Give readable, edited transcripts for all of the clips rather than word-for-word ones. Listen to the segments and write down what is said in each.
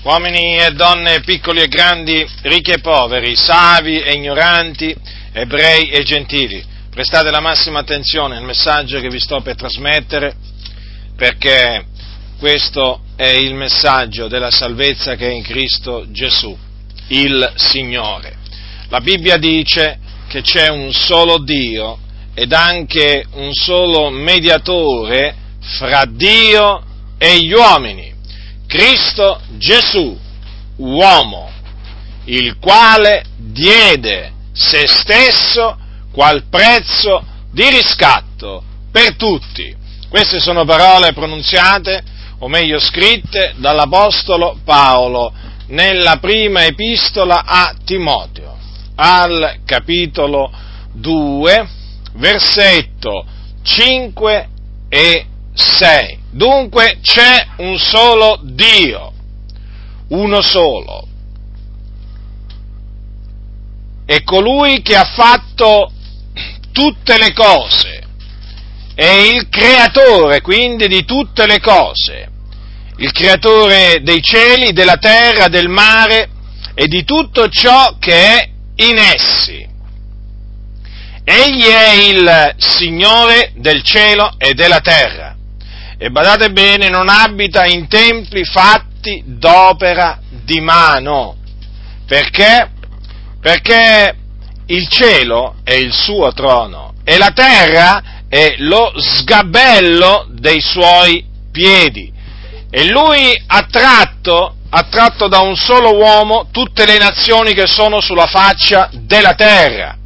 uomini e donne, piccoli e grandi, ricchi e poveri, savi e ignoranti, ebrei e gentili, prestate la massima attenzione al messaggio che vi sto per trasmettere, perché questo è il messaggio della salvezza che è in Cristo Gesù, il Signore. La Bibbia dice che c'è un solo Dio ed anche un solo mediatore fra Dio e gli uomini, Cristo Gesù, uomo, il quale diede se stesso qual prezzo di riscatto per tutti. Queste sono parole pronunziate, o meglio scritte, dall'Apostolo Paolo nella prima epistola a Timoteo, al capitolo 2, versetto 5 e 6. Dunque c'è un solo Dio, uno solo, e colui che ha fatto tutte le cose, è il creatore quindi di tutte le cose, il creatore dei cieli, della terra, del mare e di tutto ciò che è in essi. Egli è il Signore del cielo e della terra. E badate bene, non abita in templi fatti d'opera di mano. Perché? Perché il cielo è il suo trono e la terra è lo sgabello dei suoi piedi. E lui ha tratto da un solo uomo tutte le nazioni che sono sulla faccia della terra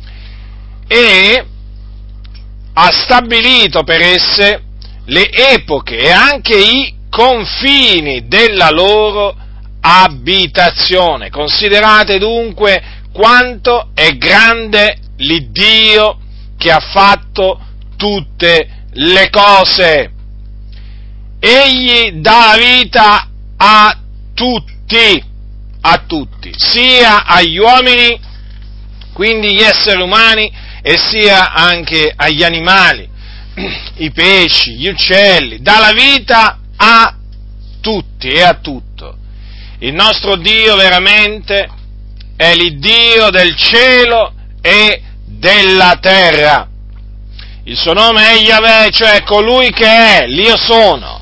e ha stabilito per esse le epoche e anche i confini della loro abitazione. Considerate dunque quanto è grande l'Iddio che ha fatto tutte le cose. Egli dà vita a tutti, sia agli uomini, quindi gli esseri umani, e sia anche agli animali, i pesci, gli uccelli, dà la vita a tutti e a tutto. Il nostro Dio veramente è l'Iddio del cielo e della terra. Il suo nome è Yahweh, cioè colui che è, l'Io sono.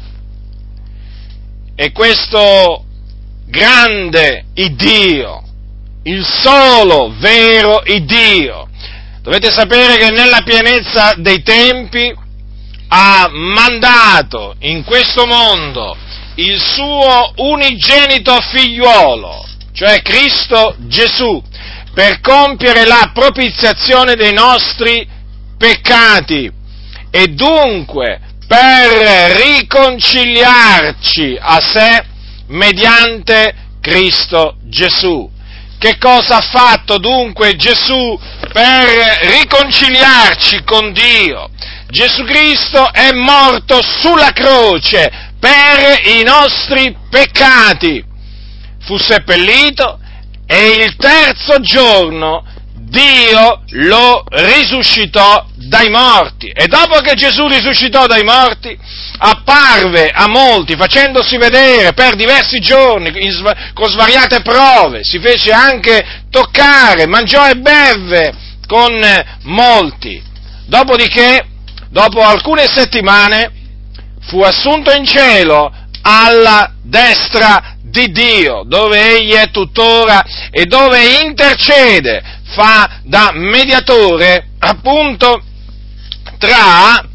E questo grande Iddio, il solo vero Iddio, dovete sapere che nella pienezza dei tempi ha mandato in questo mondo il suo unigenito figliuolo, cioè Cristo Gesù, per compiere la propiziazione dei nostri peccati e dunque per riconciliarci a sé mediante Cristo Gesù. Che cosa ha fatto dunque Gesù per riconciliarci con Dio? Gesù Cristo è morto sulla croce per i nostri peccati, fu seppellito e il terzo giorno Dio lo risuscitò dai morti. E dopo che Gesù risuscitò dai morti, apparve a molti, facendosi vedere per diversi giorni, con svariate prove, si fece anche toccare, mangiò e bevve con molti. Dopodiché, dopo alcune settimane, fu assunto in cielo alla destra di Dio, dove egli è tuttora e dove intercede, fa da mediatore appunto tra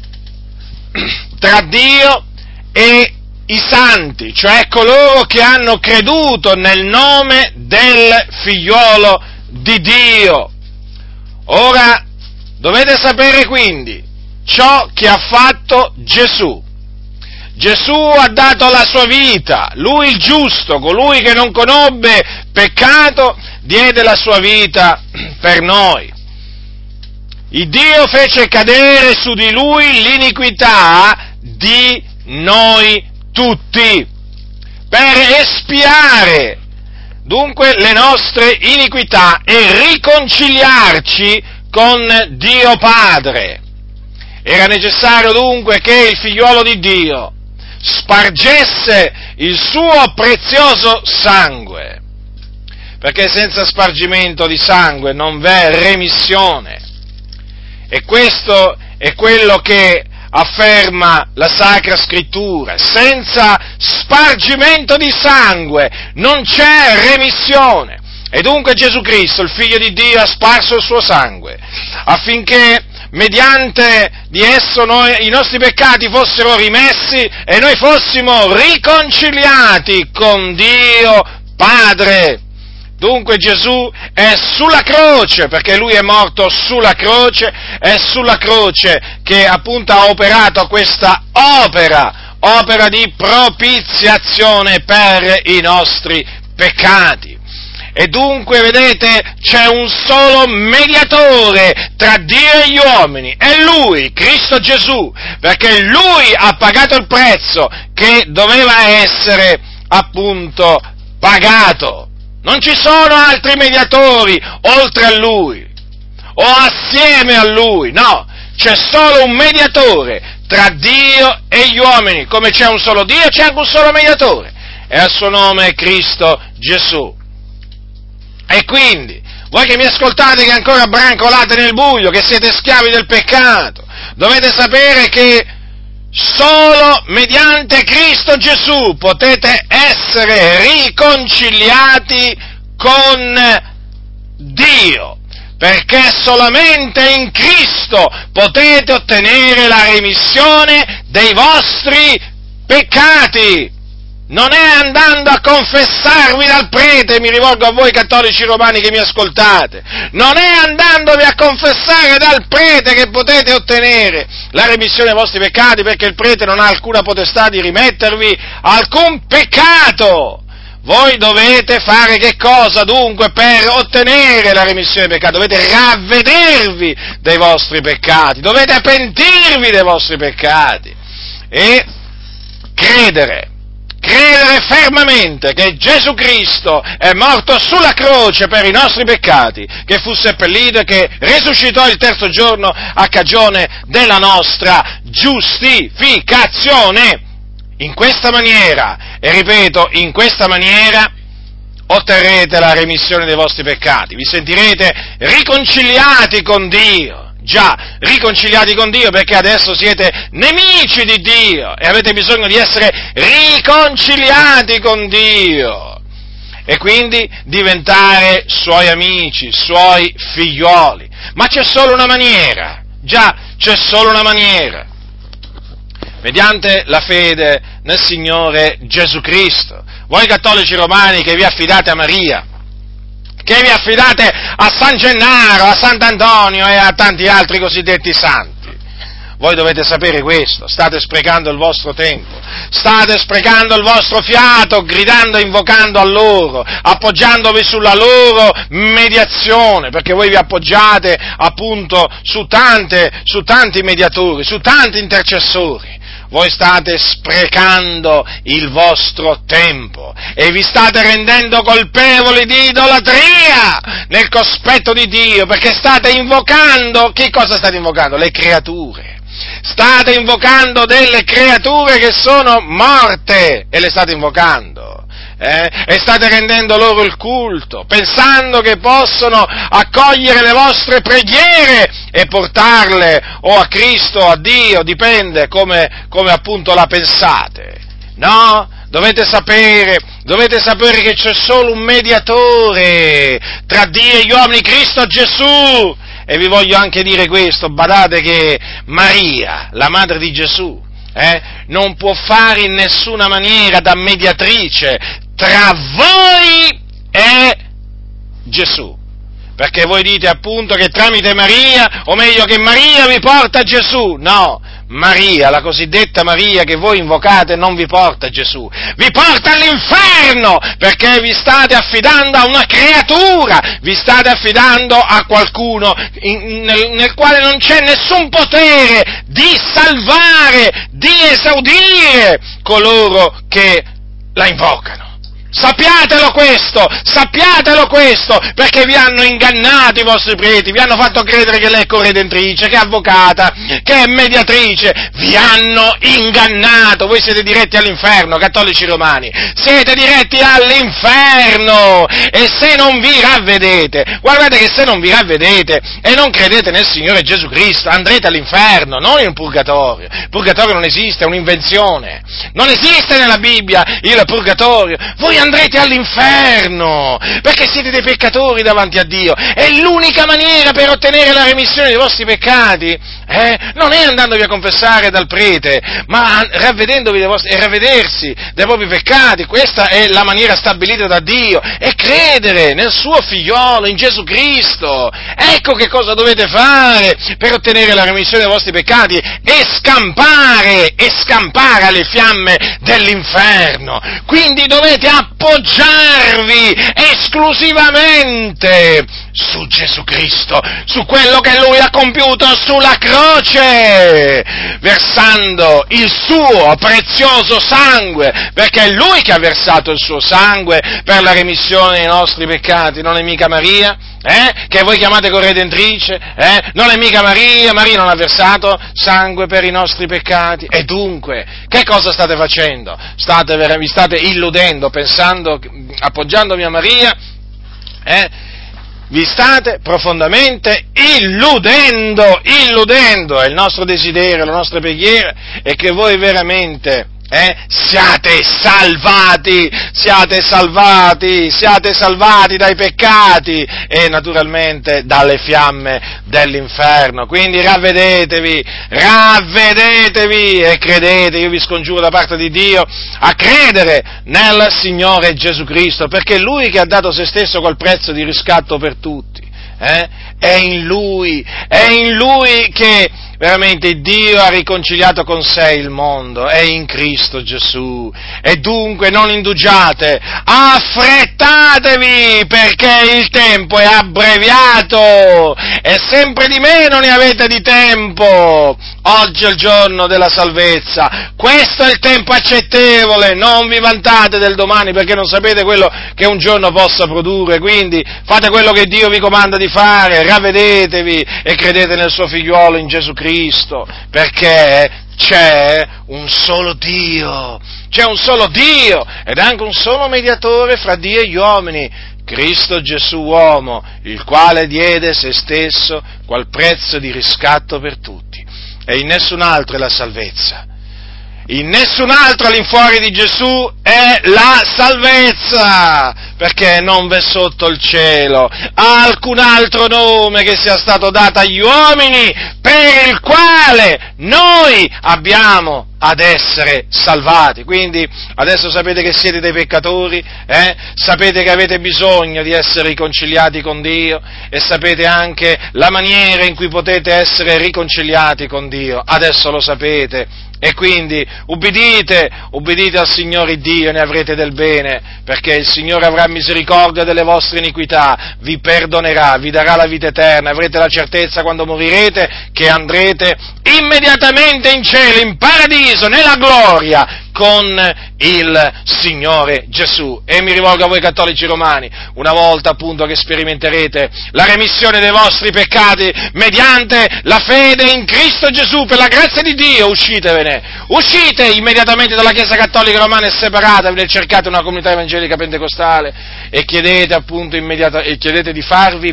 Dio e i santi, cioè coloro che hanno creduto nel nome del figliolo di Dio. Ora, dovete sapere quindi ciò che ha fatto Gesù. Gesù ha dato la sua vita, lui il giusto, colui che non conobbe peccato, diede la sua vita per noi. Il Dio fece cadere su di lui l'iniquità di noi tutti, per espiare dunque le nostre iniquità e riconciliarci con Dio Padre. Era necessario dunque che il figliuolo di Dio spargesse il suo prezioso sangue, perché senza spargimento di sangue non v'è remissione. E questo è quello che afferma la Sacra Scrittura: senza spargimento di sangue non c'è remissione. E dunque Gesù Cristo, il Figlio di Dio, ha sparso il suo sangue affinché mediante di esso i nostri peccati fossero rimessi e noi fossimo riconciliati con Dio Padre. Dunque Gesù è sulla croce, perché Lui è morto sulla croce, è sulla croce che appunto ha operato questa opera di propiziazione per i nostri peccati. E dunque, vedete, c'è un solo mediatore tra Dio e gli uomini, è Lui, Cristo Gesù, perché Lui ha pagato il prezzo che doveva essere appunto pagato. Non ci sono altri mediatori oltre a Lui, o assieme a Lui, no, c'è solo un mediatore tra Dio e gli uomini. Come c'è un solo Dio, c'è anche un solo mediatore, e il suo nome è Cristo Gesù. E quindi, voi che mi ascoltate, che ancora brancolate nel buio, che siete schiavi del peccato, dovete sapere che solo mediante Cristo Gesù potete essere riconciliati con Dio, perché solamente in Cristo potete ottenere la remissione dei vostri peccati. Non è andando a confessarvi dal prete, mi rivolgo a voi cattolici romani che mi ascoltate, non è andandovi a confessare dal prete che potete ottenere la remissione dei vostri peccati, perché il prete non ha alcuna potestà di rimettervi alcun peccato. Voi dovete fare che cosa dunque per ottenere la remissione dei peccati? Dovete ravvedervi dei vostri peccati, dovete pentirvi dei vostri peccati e credere fermamente che Gesù Cristo è morto sulla croce per i nostri peccati, che fu seppellito e che risuscitò il terzo giorno a cagione della nostra giustificazione. In questa maniera, e ripeto, in questa maniera, otterrete la remissione dei vostri peccati, vi sentirete riconciliati con Dio. Già, riconciliati con Dio, perché adesso siete nemici di Dio e avete bisogno di essere riconciliati con Dio e quindi diventare Suoi amici, Suoi figlioli. Ma c'è solo una maniera, c'è solo una maniera, mediante la fede nel Signore Gesù Cristo. Voi cattolici romani che vi affidate a Maria, che vi affidate a San Gennaro, a Sant'Antonio e a tanti altri cosiddetti santi, voi dovete sapere questo: state sprecando il vostro tempo, state sprecando il vostro fiato, gridando e invocando a loro, appoggiandovi sulla loro mediazione, perché voi vi appoggiate appunto su tanti mediatori, su tanti intercessori. Voi state sprecando il vostro tempo e vi state rendendo colpevoli di idolatria nel cospetto di Dio, perché state invocando, che cosa state invocando? Le creature. State invocando delle creature che sono morte e le state invocando. E state rendendo loro il culto, pensando che possono accogliere le vostre preghiere e portarle o a Cristo o a Dio, dipende come appunto la pensate. No? Dovete sapere che c'è solo un mediatore tra Dio e gli uomini, Cristo Gesù. E vi voglio anche dire questo: badate che Maria, la madre di Gesù, non può fare in nessuna maniera da mediatrice tra voi e Gesù, perché voi dite appunto che tramite Maria, o meglio che Maria vi porta a Gesù. No, Maria, la cosiddetta Maria che voi invocate, non vi porta a Gesù, vi porta all'inferno, perché vi state affidando a una creatura, vi state affidando a qualcuno nel quale non c'è nessun potere di salvare, di esaudire coloro che la invocano. Sappiatelo questo, perché vi hanno ingannato i vostri preti, vi hanno fatto credere che lei è corredentrice, che è avvocata, che è mediatrice, vi hanno ingannato, voi siete diretti all'inferno, cattolici romani, siete diretti all'inferno, e se non vi ravvedete, guardate che se non vi ravvedete e non credete nel Signore Gesù Cristo, andrete all'inferno, non in purgatorio. Il purgatorio non esiste, è un'invenzione, non esiste nella Bibbia il purgatorio, voi andrete all'inferno, perché siete dei peccatori davanti a Dio, e l'unica maniera per ottenere la remissione dei vostri peccati, non è andandovi a confessare dal prete, ma ravvedendovi e ravvedersi dei propri peccati. Questa è la maniera stabilita da Dio, e credere nel suo figliolo, in Gesù Cristo. Ecco che cosa dovete fare per ottenere la remissione dei vostri peccati e scampare alle fiamme dell'inferno. Quindi dovete appoggiarvi esclusivamente su Gesù Cristo, su quello che Lui ha compiuto sulla croce, versando il suo prezioso sangue, perché è Lui che ha versato il suo sangue per la remissione dei nostri peccati, non è mica Maria, che voi chiamate corredentrice, non è mica Maria non ha versato sangue per i nostri peccati, e dunque, che cosa state facendo? Vi state illudendo, pensando, appoggiandovi a Maria, vi state profondamente illudendo, e il nostro desiderio, la nostra preghiera è che voi veramente siate salvati dai peccati e naturalmente dalle fiamme dell'inferno. Quindi ravvedetevi e credete, io vi scongiuro da parte di Dio a credere nel Signore Gesù Cristo, perché è Lui che ha dato se stesso col prezzo di riscatto per tutti. È in Lui che veramente Dio ha riconciliato con sé il mondo, è in Cristo Gesù, e dunque non indugiate, affrettatevi, perché il tempo è abbreviato, e sempre di meno ne avete di tempo. Oggi è il giorno della salvezza, questo è il tempo accettevole, non vi vantate del domani, perché non sapete quello che un giorno possa produrre, quindi fate quello che Dio vi comanda di fare, ravvedetevi e credete nel suo figliuolo, in Gesù Cristo, perché c'è un solo Dio, ed anche un solo mediatore fra Dio e gli uomini, Cristo Gesù uomo, il quale diede se stesso qual prezzo di riscatto per tutti. E in nessun altro è la salvezza. In nessun altro all'infuori di Gesù è la salvezza, perché non v'è sotto il cielo alcun altro nome che sia stato dato agli uomini per il quale noi abbiamo ad essere salvati. Quindi adesso sapete che siete dei peccatori, sapete che avete bisogno di essere riconciliati con Dio, e sapete anche la maniera in cui potete essere riconciliati con Dio, adesso lo sapete. E quindi ubbidite al Signore Dio, ne avrete del bene, perché il Signore avrà misericordia delle vostre iniquità, vi perdonerà, vi darà la vita eterna, avrete la certezza quando morirete che andrete immediatamente in cielo, in paradiso, nella gloria, con il Signore Gesù. E mi rivolgo a voi cattolici romani, una volta appunto che sperimenterete la remissione dei vostri peccati mediante la fede in Cristo Gesù, per la grazia di Dio, uscite immediatamente dalla Chiesa Cattolica Romana e separatevi, e cercate una comunità evangelica pentecostale e chiedete appunto chiedete di farvi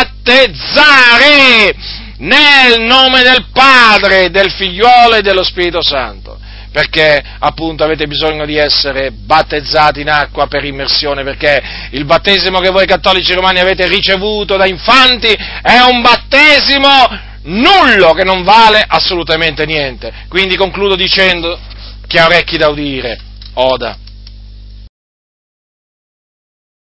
battezzare nel nome del Padre, del Figliolo e dello Spirito Santo, perché appunto avete bisogno di essere battezzati in acqua per immersione, perché il battesimo che voi cattolici romani avete ricevuto da infanti è un battesimo nullo, che non vale assolutamente niente. Quindi concludo dicendo: chi ha orecchi da udire oda.